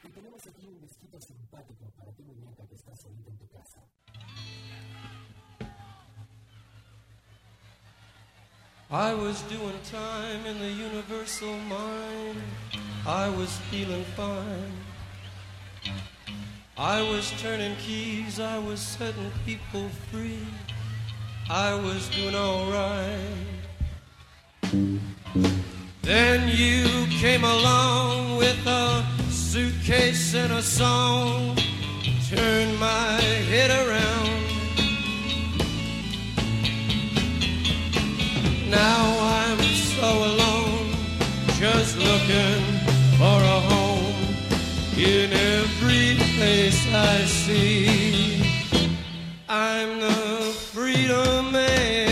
Y tenemos aquí un disquito simpático para ti, muñeca, que estás solita en tu casa. I was doing time in the universal mind. I was feeling fine. I was turning keys. I was setting people free. I was doing all right. Then you came along with a suitcase and a song. Turned my head around. Now I'm so alone, just looking for a home in every place I see. I'm the freedom man.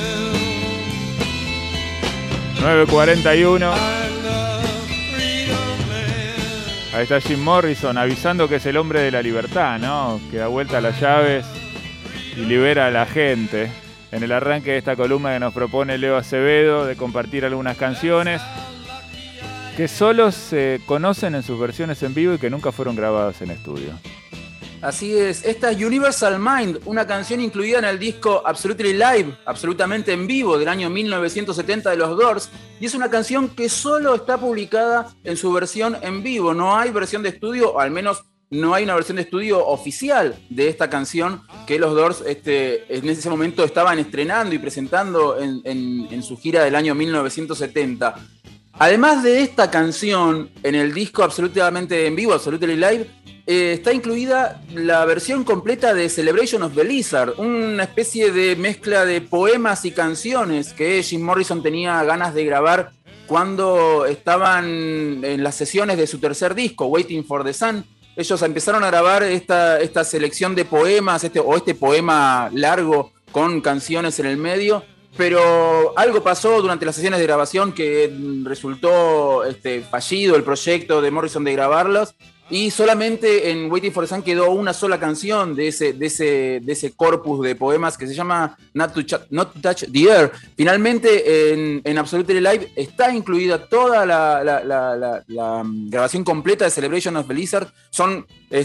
9:41. I'm the freedom man. Ahí está Jim Morrison avisando que es el hombre de la libertad, ¿no? Que da vuelta a las llaves y libera a la gente. En el arranque de esta columna que nos propone Leo Acevedo de compartir algunas canciones que solo se conocen en sus versiones en vivo y que nunca fueron grabadas en estudio. Así es, esta es Universal Mind, una canción incluida en el disco Absolutely Live, absolutamente en vivo, del año 1970 de los Doors, y es una canción que solo está publicada en su versión en vivo, no hay versión de estudio, o al menos no hay una versión de estudio oficial de esta canción que los Doors en ese momento estaban estrenando y presentando en su gira del año 1970. Además de esta canción, en el disco absolutamente en vivo, Absolutely Live, está incluida la versión completa de Celebration of the Lizard, una especie de mezcla de poemas y canciones que Jim Morrison tenía ganas de grabar cuando estaban en las sesiones de su tercer disco, Waiting for the Sun. Ellos empezaron a grabar esta selección de poemas, este poema largo con canciones en el medio, pero algo pasó durante las sesiones de grabación que resultó fallido el proyecto de Morrison de grabarlos, y solamente en Waiting for the Sun quedó una sola canción de ese corpus de poemas que se llama Not to Touch the Air. Finalmente en Absolutely Live está incluida toda la grabación completa de Celebration of the Lizard. Son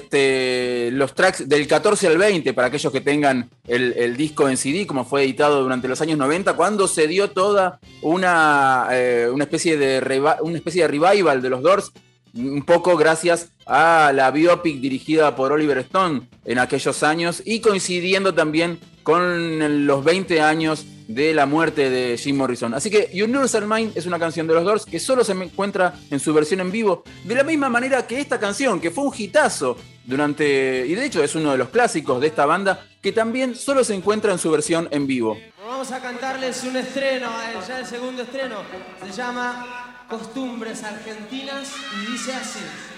los tracks del 14 al 20 para aquellos que tengan el disco en CD, como fue editado durante los años 90, cuando se dio toda una especie de revival de los Doors, un poco gracias a la biopic dirigida por Oliver Stone en aquellos años y coincidiendo también con los 20 años de la muerte de Jim Morrison. Así que Universal Mind es una canción de los Doors que solo se encuentra en su versión en vivo, de la misma manera que esta canción, que fue un hitazo y de hecho es uno de los clásicos de esta banda, que también solo se encuentra en su versión en vivo. Vamos a cantarles un estreno, ya el segundo estreno, se llama Costumbres Argentinas y dice así.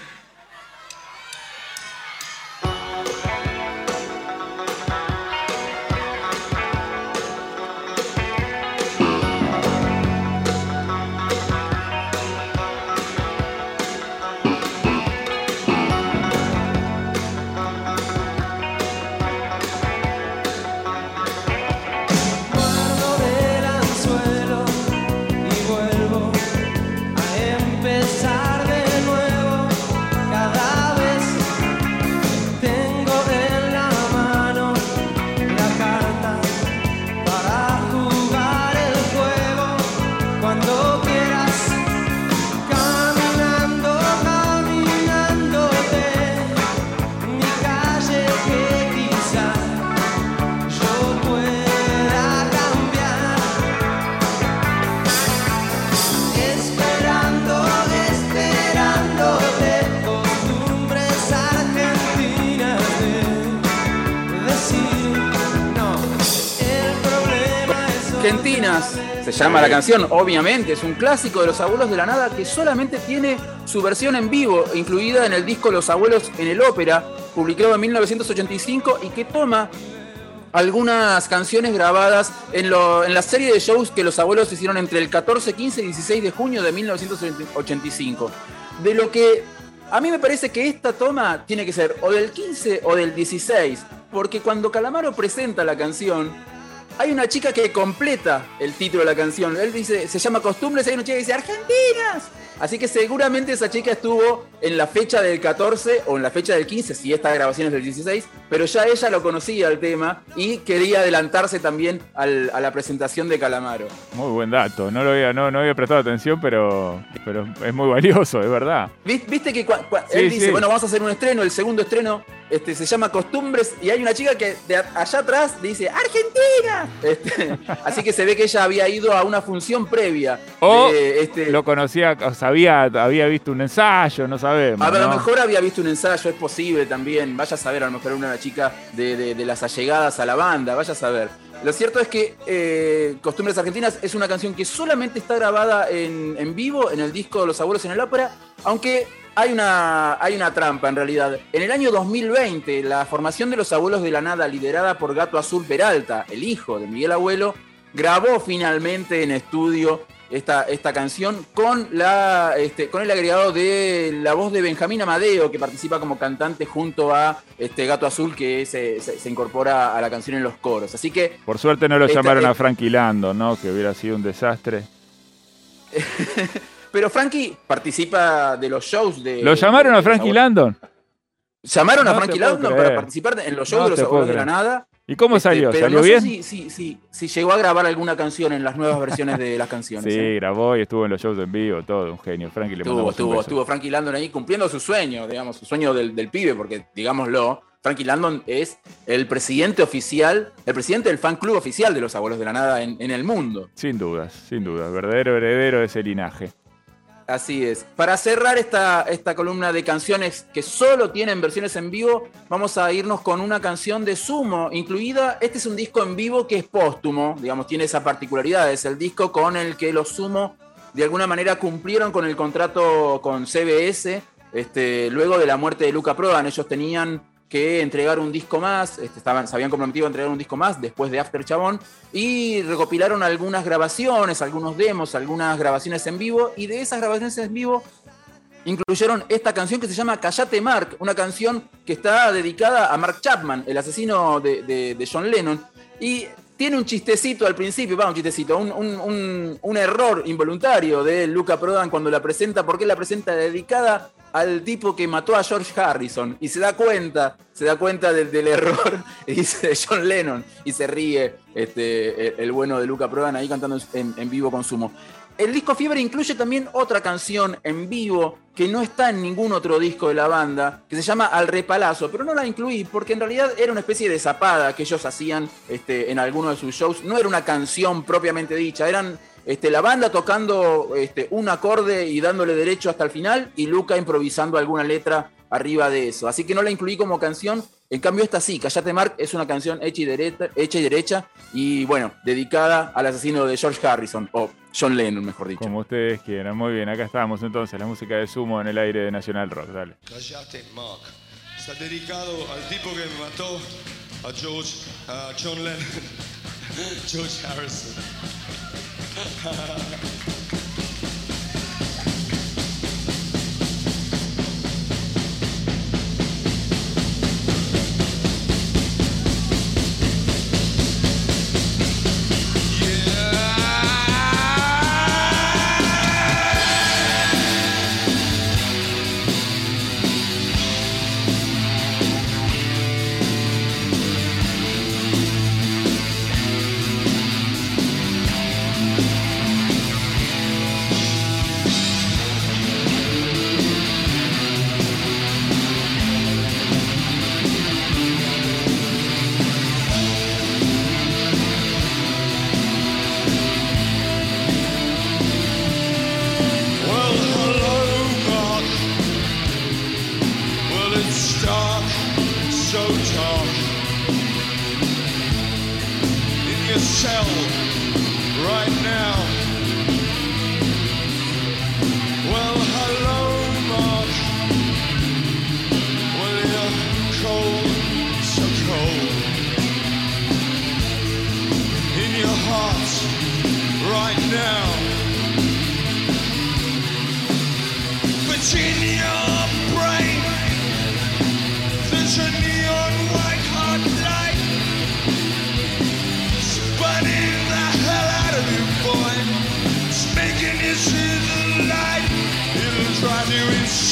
Argentinas se llama la canción, obviamente, es un clásico de Los Abuelos de la Nada que solamente tiene su versión en vivo, incluida en el disco Los Abuelos en el Ópera, publicado en 1985 y que toma algunas canciones grabadas en la serie de shows que Los Abuelos hicieron entre el 14, 15 y 16 de junio de 1985. De lo que a mí me parece que esta toma tiene que ser o del 15 o del 16, porque cuando Calamaro presenta la canción, hay una chica que completa el título de la canción. Él dice, se llama Costumbres, y hay una chica que dice ¡Argentinas! Así que seguramente esa chica estuvo en la fecha del 14 o en la fecha del 15, si esta grabación es del 16, pero ya ella lo conocía el tema y quería adelantarse también a la presentación de Calamaro. Muy buen dato, no había prestado atención, pero es muy valioso, es verdad. Viste que él dice, bueno, vamos a hacer un estreno, el segundo estreno se llama Costumbres, y hay una chica que de allá atrás dice ¡Argentina! Así que se ve que ella había ido a una función previa. O lo conocía, o sea, había visto un ensayo, no sabemos. A lo mejor había visto un ensayo, es posible también. Vaya a saber, a lo mejor era una chica de las allegadas a la banda, vaya a saber. Lo cierto es que Costumbres Argentinas es una canción que solamente está grabada en vivo en el disco de Los Abuelos en el Ópera, aunque hay una trampa en realidad. En el año 2020, la formación de Los Abuelos de la Nada, liderada por Gato Azul Peralta, el hijo de Miguel Abuelo, grabó finalmente en estudio esta canción con el agregado de la voz de Benjamín Amadeo, que participa como cantante junto a Gato Azul, que se incorpora a la canción en los coros. Así que por suerte no lo llamaron a Frankie Landon, ¿no? Que hubiera sido un desastre. Pero Frankie participa de los shows de... ¿Lo llamaron a Frankie Landon? ¿Llamaron a Frankie Landon para participar en los shows de Los Abuelos de la Nada? ¿Y cómo salió? Pero ¿Salió no bien? sé si llegó a grabar alguna canción en las nuevas versiones de las canciones. Sí, grabó y estuvo en los shows en vivo, todo, un genio. Frankie le mandamos un beso. Estuvo Frankie Landon ahí cumpliendo su sueño, digamos, su sueño del pibe, porque, digámoslo, Frankie Landon es el presidente del fan club oficial de Los Abuelos de la Nada en el mundo. Sin dudas, verdadero heredero de ese linaje. Así es. Para cerrar esta columna de canciones que solo tienen versiones en vivo, vamos a irnos con una canción de Sumo incluida. Este es un disco en vivo que es póstumo, digamos, tiene esa particularidad. Es el disco con el que los Sumo de alguna manera cumplieron con el contrato con CBS luego de la muerte de Luca Prodan. Ellos tenían que entregar un disco más, se habían comprometido a entregar un disco más después de After Chabón, y recopilaron algunas grabaciones, algunos demos, algunas grabaciones en vivo, y de esas grabaciones en vivo incluyeron esta canción que se llama Callate Mark, una canción que está dedicada a Mark Chapman, el asesino de John Lennon, y tiene un chistecito al principio, un error involuntario de Luca Prodan cuando la presenta, porque la presenta dedicada al tipo que mató a George Harrison, y se da cuenta del error, y dice John Lennon, y se ríe el bueno de Luca Prodan ahí cantando en vivo con Sumo. El disco Fiebre incluye también otra canción en vivo que no está en ningún otro disco de la banda, que se llama Al Repalazo, pero no la incluí porque en realidad era una especie de zapada que ellos hacían en alguno de sus shows. No era una canción propiamente dicha, eran la banda tocando un acorde y dándole derecho hasta el final, y Luca improvisando alguna letra arriba de eso. Así que no la incluí como canción. En cambio esta sí, Callate Mark, es una canción hecha y derecha, y bueno, dedicada al asesino de George Harrison, o John Lennon, mejor dicho. Como ustedes quieran. Muy bien, acá estamos entonces, la música de Sumo en el aire de Nacional Rock. Dale. Callate Mark. Está dedicado al tipo que me mató a John Lennon, George Harrison.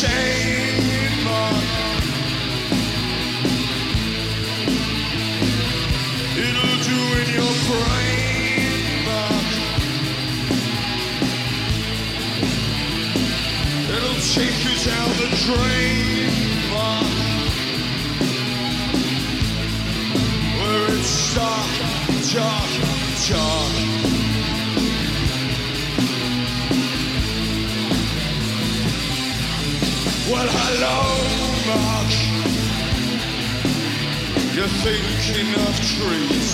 chain, Mark. It'll do in your brain, Mark. It'll take you down the drain, Mark. Where it's dark, dark, dark. Well, hello, Mark. You're thinking of trees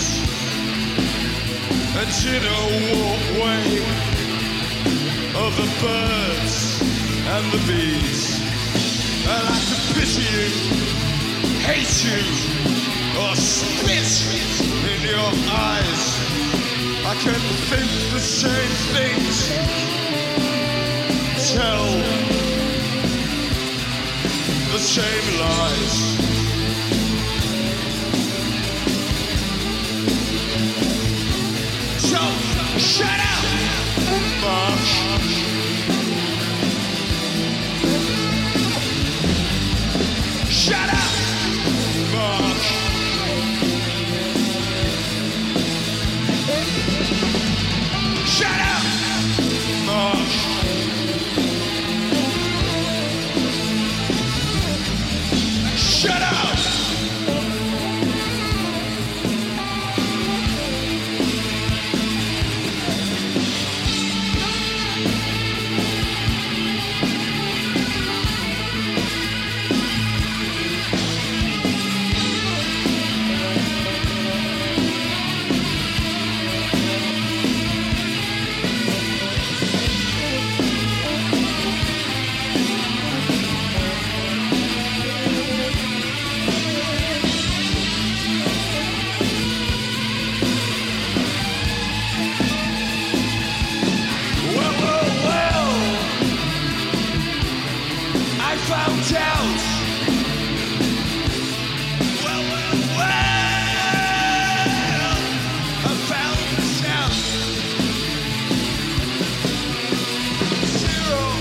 and dinner walkway of the birds and the bees. And I could pity you, hate you, or spit in your eyes. I can think the same things, tell the same lies. So, shut up, Mark. Shut up, Mark. Shut up, Mark. Shut up! Found out. Well, I found this out. Zero.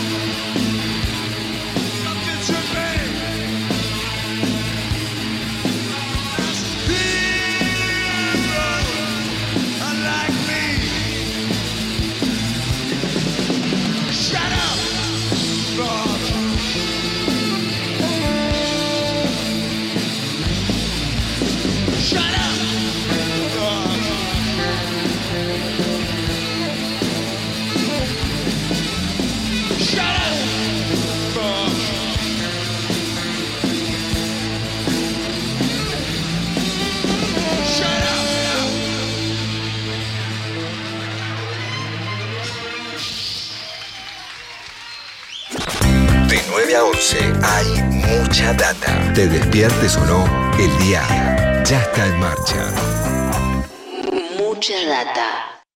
Something to me. Zero. Unlike me. Shut up, Bob. Shut up! Shut up! Shut up! De 9 a 11 hay mucha data. Te despiertes o no, el día ya está en marcha. Mucha data.